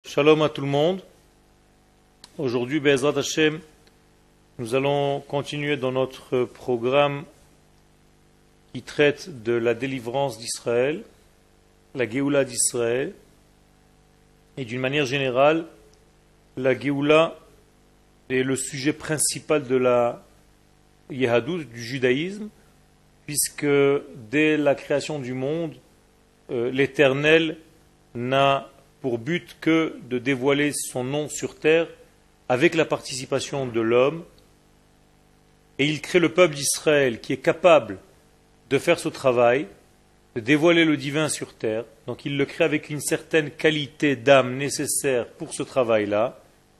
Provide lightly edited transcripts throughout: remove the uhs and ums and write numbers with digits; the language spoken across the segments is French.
Shalom à tout le monde. Aujourd'hui, Be'ezrat Hashem, nous allons continuer dans notre programme qui traite de la délivrance d'Israël, la Géoula d'Israël, et d'une manière générale, la Géoula est le sujet principal de la Yehadut, du judaïsme, puisque dès la création du monde, l'Éternel n'a pour but que de dévoiler son nom sur terre avec la participation de l'homme, et il crée le peuple d'Israël qui est capable de faire ce travail, de dévoiler le divin sur terre. Donc il le crée avec une certaine qualité d'âme nécessaire pour ce travail-là,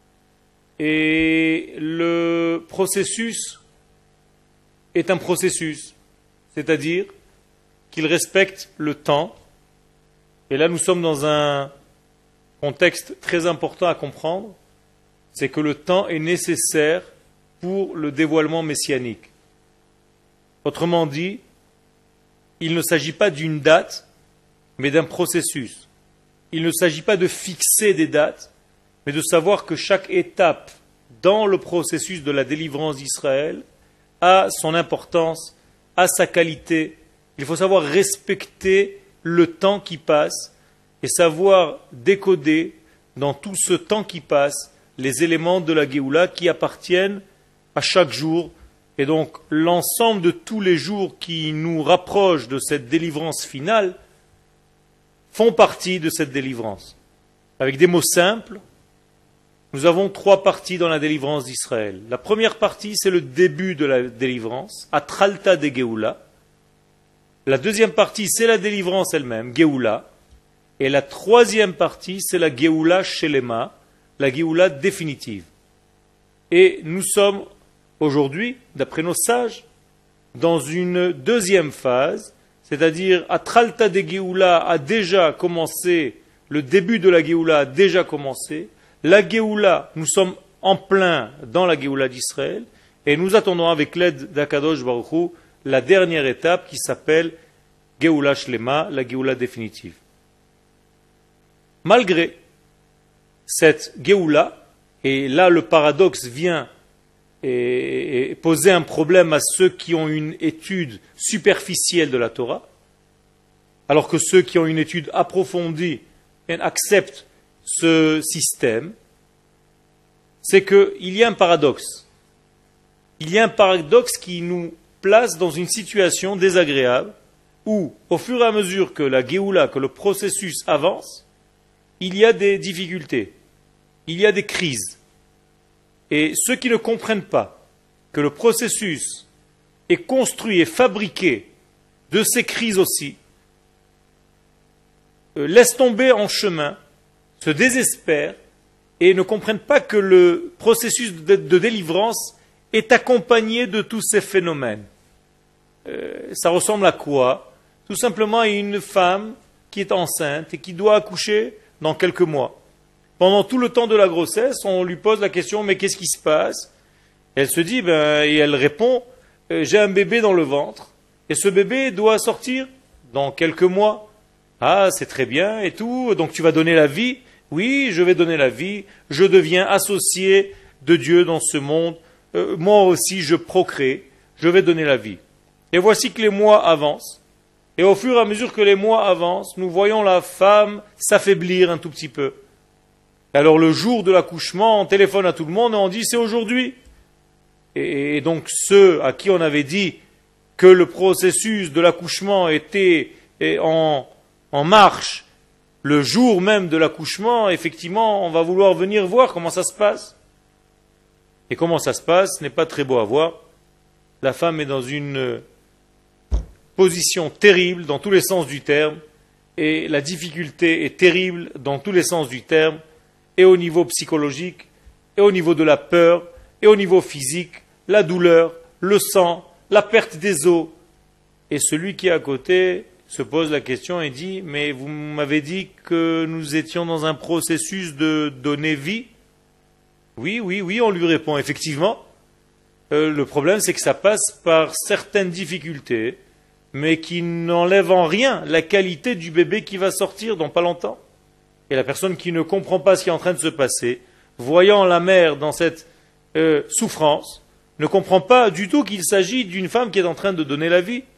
et le processus est un processus, c'est-à-dire qu'il respecte le temps, et là nous sommes dans un contexte très important à comprendre, c'est que le temps est nécessaire pour le dévoilement messianique. Autrement dit, il ne s'agit pas d'une date, mais d'un processus. Il ne s'agit pas de fixer des dates, mais de savoir que chaque étape dans le processus de la délivrance d'Israël a son importance, a sa qualité. Il faut savoir respecter le temps qui passe et savoir décoder dans tout ce temps qui passe les éléments de la Géoula qui appartiennent à chaque jour. Et donc l'ensemble de tous les jours qui nous rapprochent de cette délivrance finale font partie de cette délivrance. Avec des mots simples, nous avons trois parties dans la délivrance d'Israël. La première partie, c'est le début de la délivrance, Atralta de Géoula. La deuxième partie, c'est la délivrance elle-même, Géoula. Et la troisième partie, c'est la Géoula Shelema, la Géoula définitive. Et nous sommes aujourd'hui, d'après nos sages, dans une deuxième phase, c'est-à-dire Atralta de Géoula a déjà commencé, le début de la Géoula a déjà commencé. La Géoula, nous sommes en plein dans la Géoula d'Israël, et nous attendons avec l'aide d'Akadosh Baruch Hu la dernière étape qui s'appelle Géoula Shlema, la Géoula définitive. Malgré cette Géoula, et là le paradoxe vient et poser un problème à ceux qui ont une étude superficielle de la Torah, alors que ceux qui ont une étude approfondie acceptent ce système, c'est qu'il y a un paradoxe. Il y a un paradoxe qui nous place dans une situation désagréable où, au fur et à mesure que la Géoula, que le processus avance, il y a des difficultés, il y a des crises. Et ceux qui ne comprennent pas que le processus est construit et fabriqué de ces crises aussi, laissent tomber en chemin, se désespèrent et ne comprennent pas que le processus de délivrance est accompagné de tous ces phénomènes. Ça ressemble à quoi? Tout simplement à une femme qui est enceinte et qui doit accoucher dans quelques mois. Pendant tout le temps de la grossesse, on lui pose la question, mais qu'est-ce qui se passe? Elle se dit, et elle répond, j'ai un bébé dans le ventre, et ce bébé doit sortir dans quelques mois. Ah, c'est très bien, et tout, donc tu vas donner la vie? Oui, je vais donner la vie, je deviens associé de Dieu dans ce monde, moi aussi je procrée, je vais donner la vie. Et voici que les mois avancent. Et au fur et à mesure que les mois avancent, nous voyons la femme s'affaiblir un tout petit peu. Alors le jour de l'accouchement, on téléphone à tout le monde et on dit c'est aujourd'hui. Et donc ceux à qui on avait dit que le processus de l'accouchement était en marche, le jour même de l'accouchement, effectivement, on va vouloir venir voir comment ça se passe. Et comment ça se passe, ce n'est pas très beau à voir. La femme est dans une position terrible dans tous les sens du terme, et la difficulté est terrible dans tous les sens du terme, et au niveau psychologique, et au niveau de la peur, et au niveau physique, la douleur, le sang, la perte des os. Et celui qui est à côté se pose la question et dit, mais vous m'avez dit que nous étions dans un processus de donner vie? Oui, on lui répond, effectivement. Le problème, c'est que ça passe par certaines difficultés, mais qui n'enlève en rien la qualité du bébé qui va sortir dans pas longtemps. Et la personne qui ne comprend pas ce qui est en train de se passer, voyant la mère dans cette souffrance, ne comprend pas du tout qu'il s'agit d'une femme qui est en train de donner la vie.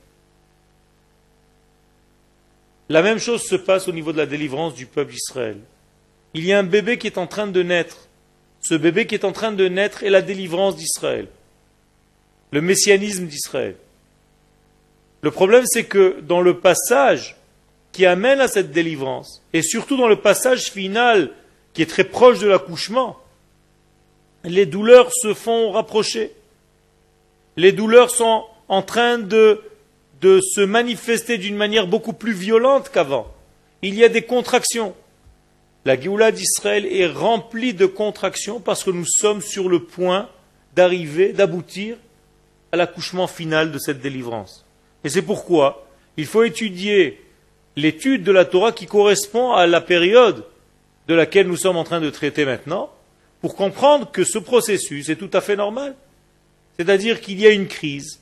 La même chose se passe au niveau de la délivrance du peuple d'Israël. Il y a un bébé qui est en train de naître. Ce bébé qui est en train de naître est la délivrance d'Israël, le messianisme d'Israël. Le problème, c'est que dans le passage qui amène à cette délivrance, et surtout dans le passage final qui est très proche de l'accouchement, les douleurs se font rapprocher. Les douleurs sont en train de se manifester d'une manière beaucoup plus violente qu'avant. Il y a des contractions. La Géoula d'Israël est remplie de contractions parce que nous sommes sur le point d'arriver, d'aboutir à l'accouchement final de cette délivrance. Et c'est pourquoi il faut étudier l'étude de la Torah qui correspond à la période de laquelle nous sommes en train de traiter maintenant, pour comprendre que ce processus est tout à fait normal. C'est-à-dire qu'il y a une crise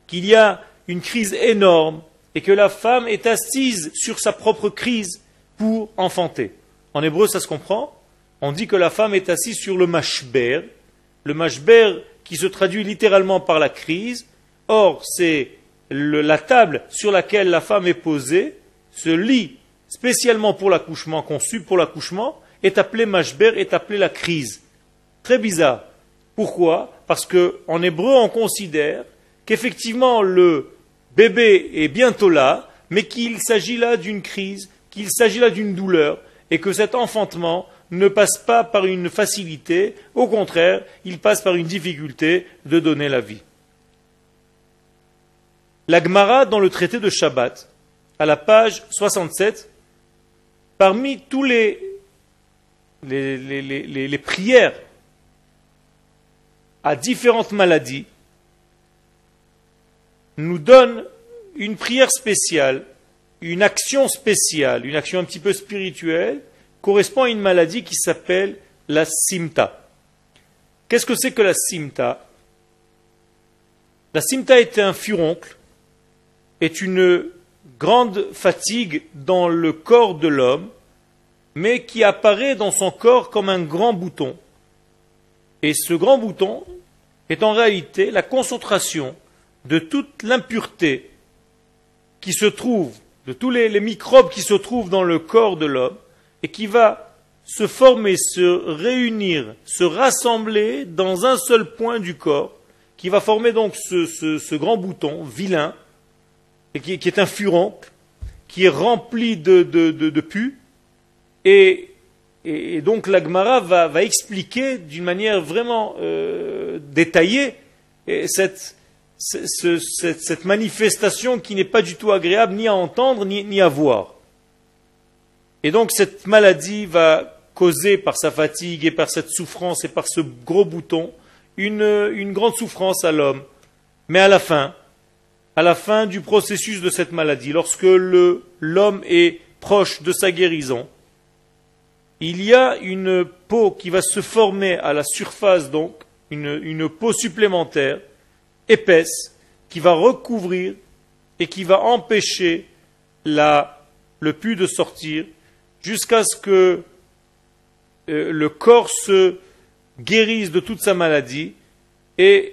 énorme, et que la femme est assise sur sa propre crise pour enfanter. En hébreu, ça se comprend. On dit que la femme est assise sur le mashber qui se traduit littéralement par la crise. Or, c'est la table sur laquelle la femme est posée, ce lit spécialement pour l'accouchement, conçu pour l'accouchement, est appelé mashber, est appelé la crise. Très bizarre. Pourquoi? Parce qu'en hébreu, on considère qu'effectivement le bébé est bientôt là, mais qu'il s'agit là d'une crise, qu'il s'agit là d'une douleur, et que cet enfantement ne passe pas par une facilité, au contraire, il passe par une difficulté de donner la vie. La Gemara, dans le traité de Shabbat, à la page 67, parmi tous les prières à différentes maladies, nous donne une prière spéciale, une action spéciale, une action un petit peu spirituelle, correspond à une maladie qui s'appelle la simta. Qu'est-ce que c'est que la simta? La simta est un furoncle, est une grande fatigue dans le corps de l'homme, mais qui apparaît dans son corps comme un grand bouton. Et ce grand bouton est en réalité la concentration de toute l'impureté qui se trouve, de tous les microbes qui se trouvent dans le corps de l'homme, et qui va se former, se réunir, se rassembler dans un seul point du corps, qui va former donc ce grand bouton vilain, et qui est un furoncle, qui est rempli de pus, et donc la Gemara va expliquer d'une manière vraiment détaillée cette manifestation qui n'est pas du tout agréable ni à entendre ni à voir. Et donc cette maladie va causer par sa fatigue et par cette souffrance et par ce gros bouton une grande souffrance à l'homme. Mais à la fin du processus de cette maladie, lorsque l'homme est proche de sa guérison, il y a une peau qui va se former à la surface, donc une peau supplémentaire, épaisse, qui va recouvrir et qui va empêcher le pus de sortir, jusqu'à ce que le corps se guérisse de toute sa maladie et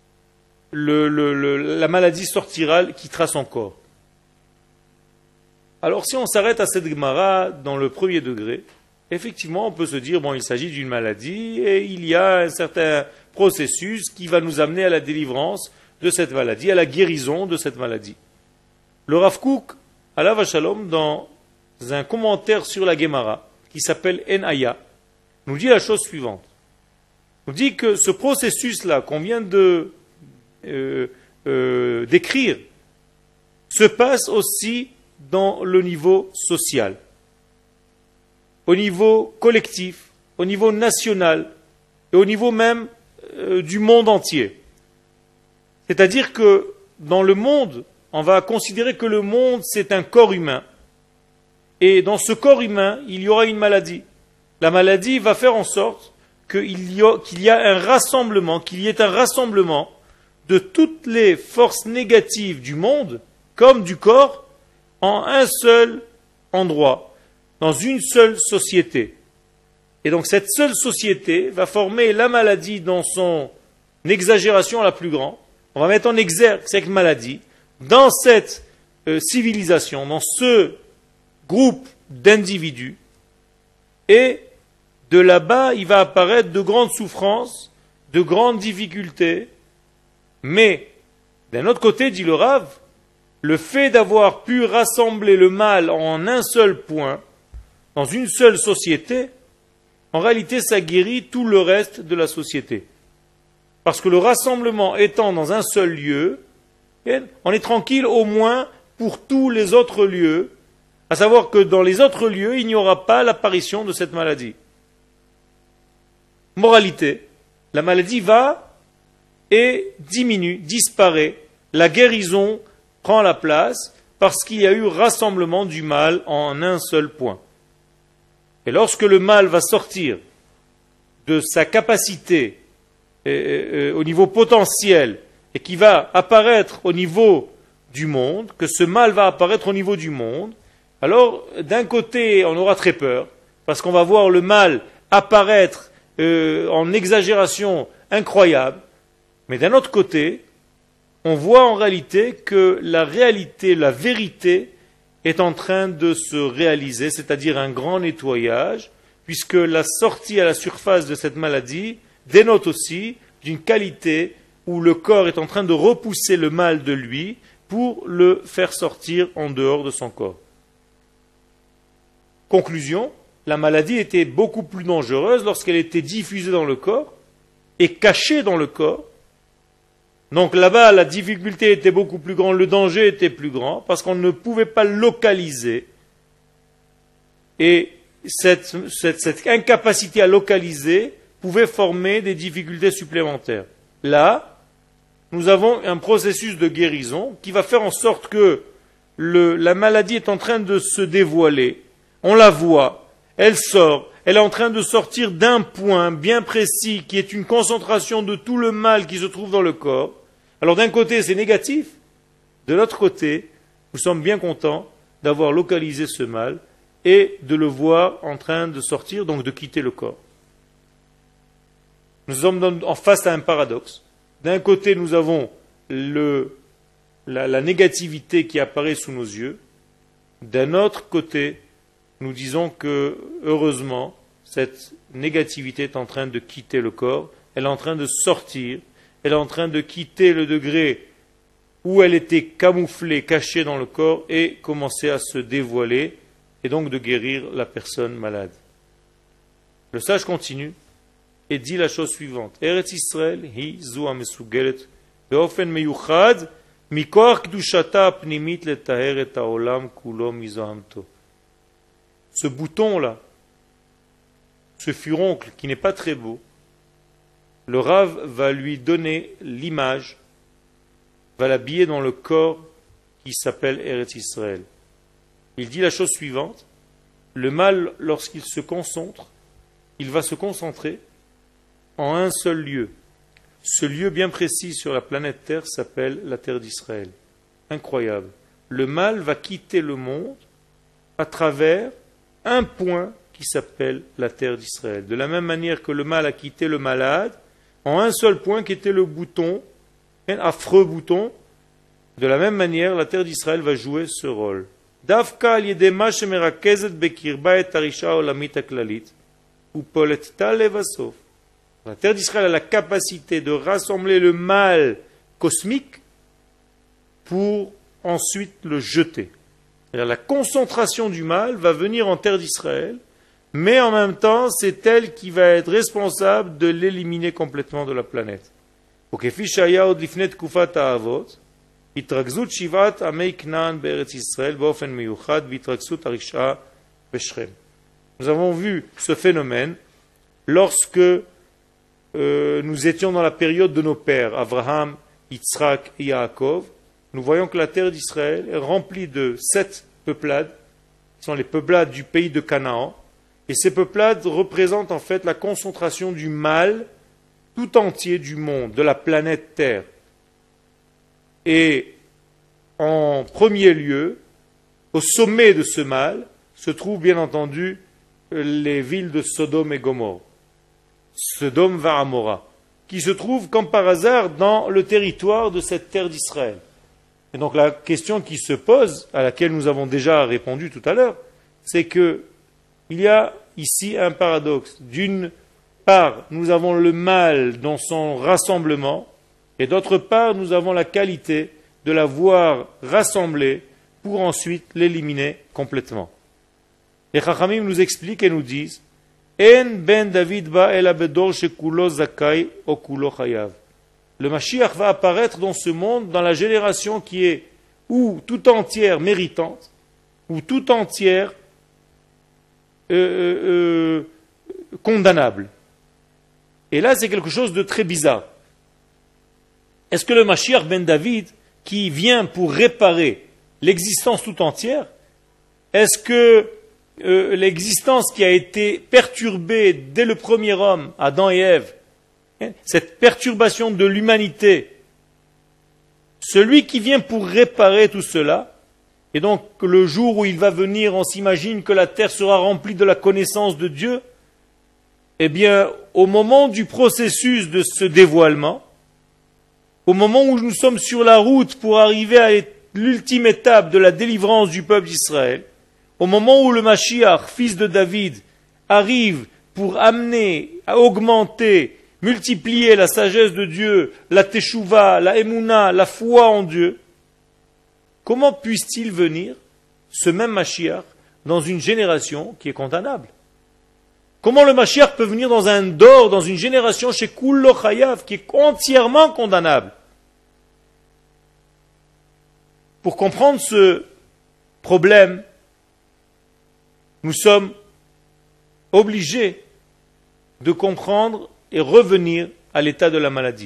la maladie sortira, quittera son corps. Alors si on s'arrête à cette Gemara dans le premier degré, effectivement on peut se dire, il s'agit d'une maladie et il y a un certain processus qui va nous amener à la délivrance de cette maladie, à la guérison de cette maladie. Le Rav Kook, alav hashalom, dans un commentaire sur la Gemara, qui s'appelle En Aya, nous dit la chose suivante. Il nous dit que ce processus-là qu'on vient de décrire se passe aussi dans le niveau social, au niveau collectif, au niveau national et au niveau même du monde entier. C'est-à-dire que dans le monde, on va considérer que le monde c'est un corps humain. Et dans ce corps humain, il y aura une maladie. La maladie va faire en sorte qu'il y ait un rassemblement de toutes les forces négatives du monde, comme du corps, en un seul endroit. dans une seule société. Et donc cette seule société va former la maladie dans son exagération la plus grande. On va mettre en exergue cette maladie dans cette civilisation, dans ce groupe d'individus, et de là-bas, il va apparaître de grandes souffrances, de grandes difficultés, mais d'un autre côté, dit le Rav, le fait d'avoir pu rassembler le mal en un seul point, dans une seule société, en réalité, ça guérit tout le reste de la société. Parce que le rassemblement étant dans un seul lieu, on est tranquille au moins pour tous les autres lieux, à savoir que dans les autres lieux, il n'y aura pas l'apparition de cette maladie. Moralité, la maladie va et diminue, disparaît, la guérison prend la place parce qu'il y a eu rassemblement du mal en un seul point. Et lorsque le mal va sortir de sa capacité au niveau potentiel et qui va apparaître au niveau du monde, que ce mal va apparaître au niveau du monde, alors d'un côté on aura très peur, parce qu'on va voir le mal apparaître en exagération incroyable, mais d'un autre côté, on voit en réalité que la réalité, la vérité est en train de se réaliser, c'est-à-dire un grand nettoyage, puisque la sortie à la surface de cette maladie dénote aussi d'une qualité où le corps est en train de repousser le mal de lui pour le faire sortir en dehors de son corps. Conclusion, la maladie était beaucoup plus dangereuse lorsqu'elle était diffusée dans le corps et cachée dans le corps. Donc là-bas, la difficulté était beaucoup plus grande, le danger était plus grand, parce qu'on ne pouvait pas localiser. Et cette incapacité à localiser pouvait former des difficultés supplémentaires. Là, nous avons un processus de guérison qui va faire en sorte que la maladie est en train de se dévoiler. On la voit, elle sort, elle est en train de sortir d'un point bien précis qui est une concentration de tout le mal qui se trouve dans le corps. Alors d'un côté c'est négatif, de l'autre côté nous sommes bien contents d'avoir localisé ce mal et de le voir en train de sortir, donc de quitter le corps. Nous sommes en face à un paradoxe. D'un côté nous avons la négativité qui apparaît sous nos yeux, d'un autre côté nous disons que, heureusement, cette négativité est en train de quitter le corps, elle est en train de sortir, elle est en train de quitter le degré où elle était camouflée, cachée dans le corps, et commencer à se dévoiler, et donc de guérir la personne malade. Le sage continue et dit la chose suivante. Eretz Israël hi zu hamesugelet beofen meyuchad mikoach kedushata apnimit letaher et haolam kulo mizohamto. Ce bouton-là, ce furoncle qui n'est pas très beau, le Rav va lui donner l'image, va l'habiller dans le corps qui s'appelle Eretz Israël. Il dit la chose suivante, le mal, lorsqu'il se concentre, il va se concentrer en un seul lieu. Ce lieu bien précis sur la planète Terre s'appelle la Terre d'Israël. Incroyable. Le mal va quitter le monde à travers un point qui s'appelle la terre d'Israël. De la même manière que le mal a quitté le malade, en un seul point qui était le bouton, un affreux bouton, de la même manière, la terre d'Israël va jouer ce rôle. Davka al-yedema shemerakezet bekirba et arisha olamit haklalit, upoletita levasof. La terre d'Israël a la capacité de rassembler le mal cosmique pour ensuite le jeter. La concentration du mal va venir en terre d'Israël, mais en même temps, c'est elle qui va être responsable de l'éliminer complètement de la planète. Nous avons vu ce phénomène lorsque nous étions dans la période de nos pères, Abraham, Yitzhak et Yaakov. Nous voyons que la terre d'Israël est remplie de 7 peuplades, qui sont les peuplades du pays de Canaan, et ces peuplades représentent en fait la concentration du mal tout entier du monde, de la planète Terre. Et en premier lieu, au sommet de ce mal, se trouvent bien entendu les villes de Sodome et Gomorrhe, Sodome Varamora, qui se trouvent comme par hasard dans le territoire de cette terre d'Israël. Et donc la question qui se pose, à laquelle nous avons déjà répondu tout à l'heure, c'est que il y a ici un paradoxe. D'une part, nous avons le mal dans son rassemblement, et d'autre part, nous avons la qualité de la voir rassemblée pour ensuite l'éliminer complètement. Les Chachamim nous expliquent et nous disent En ben David ba el abedor shekulo zakai o kulo chayav. Le Mashiach va apparaître dans ce monde, dans la génération qui est ou tout entière méritante, ou tout entière condamnable. Et là, c'est quelque chose de très bizarre. Est-ce que le Mashiach ben David, qui vient pour réparer l'existence tout entière, est-ce que l'existence qui a été perturbée dès le premier homme, Adam et Ève, cette perturbation de l'humanité, celui qui vient pour réparer tout cela, et donc le jour où il va venir, on s'imagine que la terre sera remplie de la connaissance de Dieu, eh bien, au moment du processus de ce dévoilement, au moment où nous sommes sur la route pour arriver à l'ultime étape de la délivrance du peuple d'Israël, au moment où le Mashiach, fils de David, arrive pour amener, à augmenter, multiplier la sagesse de Dieu, la teshuva, la emuna, la foi en Dieu, comment puisse-t-il venir, ce même Mashiach, dans une génération qui est condamnable? Comment le Mashiach peut venir dans un dor, dans une génération chez Kullo Chayav, qui est entièrement condamnable? Pour comprendre ce problème, nous sommes obligés de comprendre et revenir à l'état de la maladie.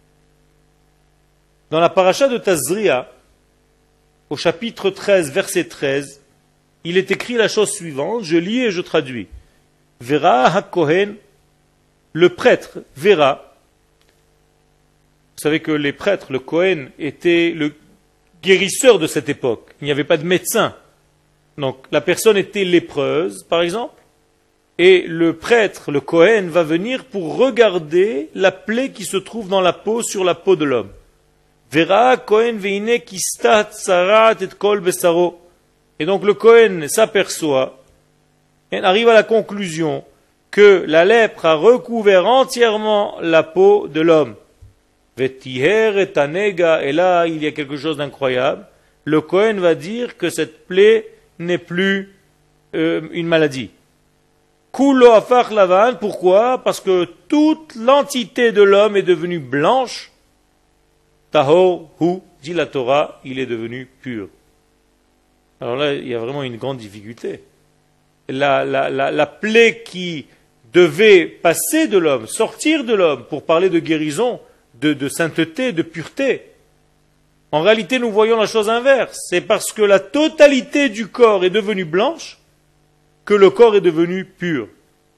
Dans la paracha de Tazria, au chapitre 13, verset 13, il est écrit la chose suivante, je lis et je traduis. Vera ha-Kohen, le prêtre, Vera. Vous savez que les prêtres, le Kohen, était le guérisseur de cette époque. Il n'y avait pas de médecin. Donc la personne était lépreuse, par exemple, et le prêtre, le Kohen, va venir pour regarder la plaie qui se trouve dans la peau, sur la peau de l'homme. Vera Kohen veine kistat sarat et kol besaro. Et donc le Kohen s'aperçoit, et arrive à la conclusion que la lèpre a recouvert entièrement la peau de l'homme. Vetiher et tanega, et là il y a quelque chose d'incroyable. Le Kohen va dire que cette plaie n'est plus une maladie. Kulo afach lavan, pourquoi? Parce que toute l'entité de l'homme est devenue blanche. Tahor hu, dit la Torah, il est devenu pur. Alors là, il y a vraiment une grande difficulté. La plaie qui devait passer de l'homme, sortir de l'homme, pour parler de guérison, de sainteté, de pureté. En réalité, nous voyons la chose inverse. C'est parce que la totalité du corps est devenue blanche que le corps est devenu pur.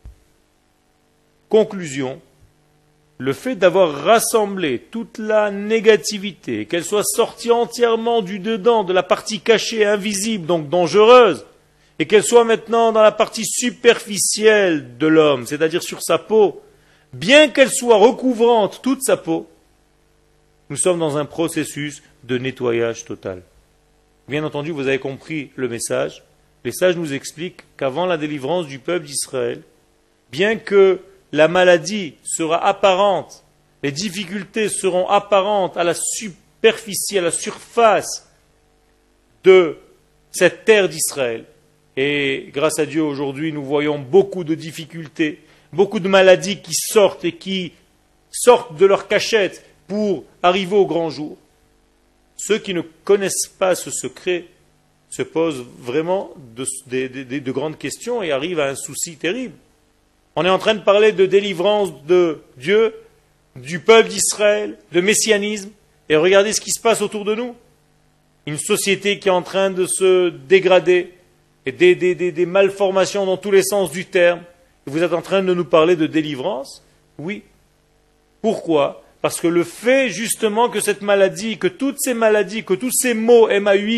Conclusion, le fait d'avoir rassemblé toute la négativité, qu'elle soit sortie entièrement du dedans, de la partie cachée, invisible, donc dangereuse, et qu'elle soit maintenant dans la partie superficielle de l'homme, c'est-à-dire sur sa peau, bien qu'elle soit recouvrante toute sa peau, nous sommes dans un processus de nettoyage total. Bien entendu, vous avez compris le message. Les sages nous expliquent qu'avant la délivrance du peuple d'Israël, bien que la maladie sera apparente, les difficultés seront apparentes à la superficie, à la surface de cette terre d'Israël, et grâce à Dieu, aujourd'hui, nous voyons beaucoup de difficultés, beaucoup de maladies qui sortent et qui sortent de leur cachette pour arriver au grand jour. Ceux qui ne connaissent pas ce secret se posent vraiment de grandes questions et arrivent à un souci terrible. On est en train de parler de délivrance de Dieu, du peuple d'Israël, de messianisme, et regardez ce qui se passe autour de nous. Une société qui est en train de se dégrader, et des malformations dans tous les sens du terme. Et vous êtes en train de nous parler de délivrance? Oui. Pourquoi? Parce que le fait justement que cette maladie, que toutes ces maladies, que tous ces maux MAUX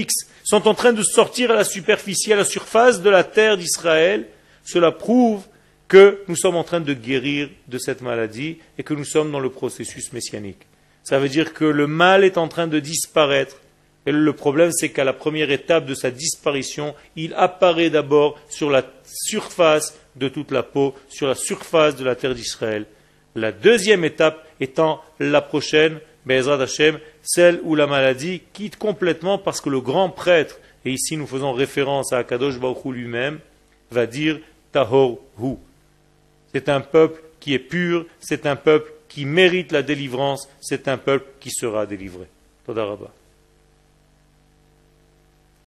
sont en train de sortir à la superficie, à la surface de la terre d'Israël. Cela prouve que nous sommes en train de guérir de cette maladie et que nous sommes dans le processus messianique. Ça veut dire que le mal est en train de disparaître. Et le problème, c'est qu'à la première étape de sa disparition, il apparaît d'abord sur la surface de toute la peau, sur la surface de la terre d'Israël. La deuxième étape étant la prochaine, Be'ezrat Hashem, celle où la maladie quitte complètement parce que le grand prêtre, et ici nous faisons référence à Akadosh Baruch Hu lui-même, va dire Tahor Hu. C'est un peuple qui est pur, c'est un peuple qui mérite la délivrance, c'est un peuple qui sera délivré. Toda Rabba.